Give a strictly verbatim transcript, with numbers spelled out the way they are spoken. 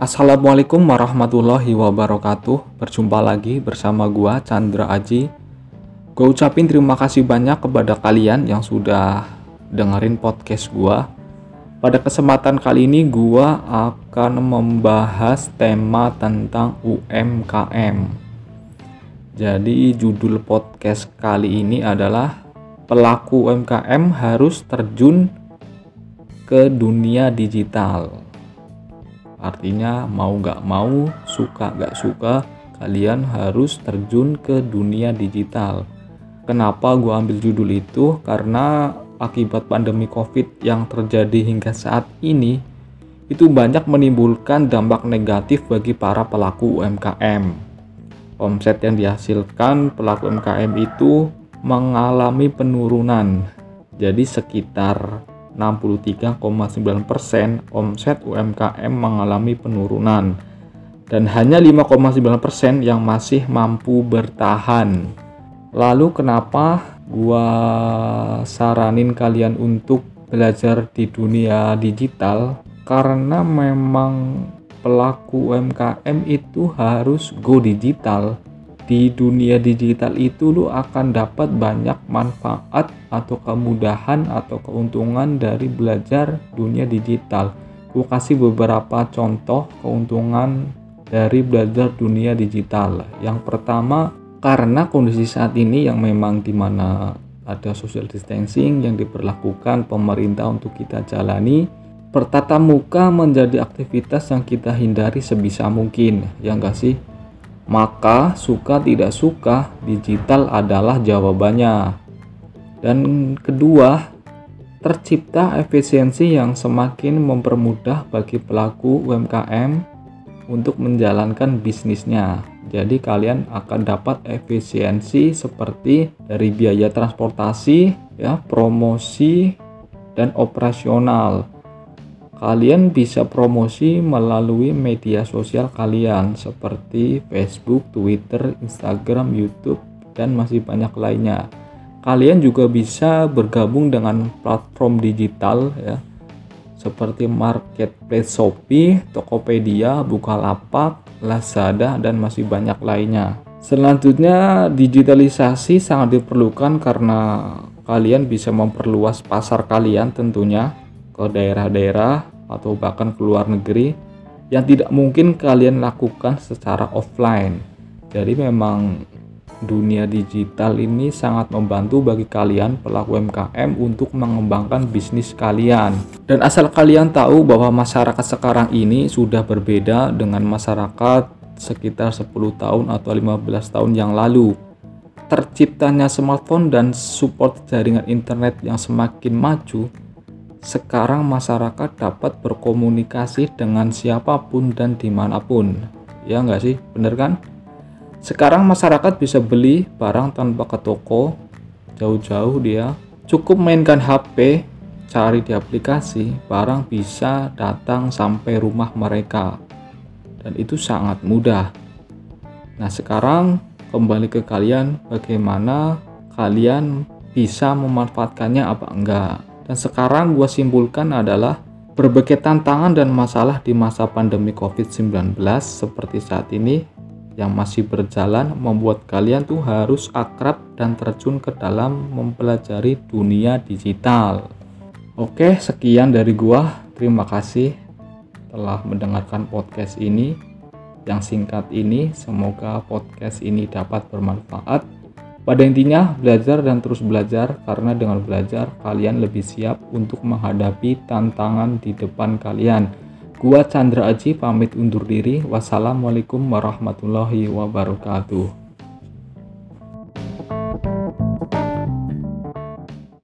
Assalamualaikum warahmatullahi wabarakatuh. Berjumpa lagi bersama gua Chandra Aji. Gua ucapin terima kasih banyak kepada kalian yang sudah dengerin podcast gua. Pada kesempatan kali ini gua akan membahas tema tentang U M K M. Jadi judul podcast kali ini adalah pelaku U M K M harus terjun ke dunia digital. Artinya mau gak mau, suka gak suka, kalian harus terjun ke dunia digital. Kenapa gue ambil judul itu? Karena akibat pandemi COVID yang terjadi hingga saat ini, itu banyak menimbulkan dampak negatif bagi para pelaku U M K M. Omset yang dihasilkan pelaku U M K M itu mengalami penurunan. Jadi sekitar enam puluh tiga koma sembilan persen omset U M K M mengalami penurunan dan hanya lima koma sembilan persen yang masih mampu bertahan. Lalu kenapa gua saranin kalian untuk belajar di dunia digital? Karena memang pelaku U M K M itu harus go digital. Di dunia digital itu lu akan dapat banyak manfaat atau kemudahan atau keuntungan dari belajar dunia digital. Gue kasih beberapa contoh keuntungan dari belajar dunia digital. Yang pertama, karena kondisi saat ini yang memang dimana ada social distancing yang diberlakukan pemerintah untuk kita jalani, bertatap muka menjadi aktivitas yang kita hindari sebisa mungkin, ya enggak sih? Maka suka tidak suka digital adalah jawabannya. Dan kedua, tercipta efisiensi yang semakin mempermudah bagi pelaku U M K M untuk menjalankan bisnisnya. Jadi kalian akan dapat efisiensi seperti dari biaya transportasi, ya, promosi dan operasional. Kalian bisa promosi melalui media sosial kalian seperti Facebook, Twitter, Instagram, YouTube, dan masih banyak lainnya. Kalian juga bisa bergabung dengan platform digital, ya, seperti marketplace Shopee, Tokopedia, Bukalapak, Lazada, dan masih banyak lainnya. Selanjutnya, digitalisasi sangat diperlukan karena kalian bisa memperluas pasar kalian tentunya ke daerah-daerah atau bahkan ke luar negeri yang tidak mungkin kalian lakukan secara offline. Jadi memang dunia digital ini sangat membantu bagi kalian pelaku U M K M untuk mengembangkan bisnis kalian. Dan asal kalian tahu bahwa masyarakat sekarang ini sudah berbeda dengan masyarakat sekitar sepuluh tahun atau lima belas tahun yang lalu. Terciptanya smartphone dan support jaringan internet yang semakin maju, sekarang masyarakat dapat berkomunikasi dengan siapapun dan dimanapun. Ya nggak sih? Bener kan? Sekarang masyarakat bisa beli barang tanpa ke toko, jauh-jauh dia. Cukup mainkan H P, cari di aplikasi, barang bisa datang sampai rumah mereka. Dan itu sangat mudah. Nah sekarang kembali ke kalian, bagaimana kalian bisa memanfaatkannya apa enggak. Dan sekarang gue simpulkan adalah berbagai tantangan dan masalah di masa pandemi covid sembilan belas seperti saat ini yang masih berjalan membuat kalian tuh harus akrab dan terjun ke dalam mempelajari dunia digital. Oke, sekian dari gue. Terima kasih telah mendengarkan podcast ini yang singkat ini. Semoga podcast ini dapat bermanfaat. Pada intinya, belajar dan terus belajar, karena dengan belajar, kalian lebih siap untuk menghadapi tantangan di depan kalian. Gua Chandra Aji pamit undur diri. Wassalamualaikum warahmatullahi wabarakatuh.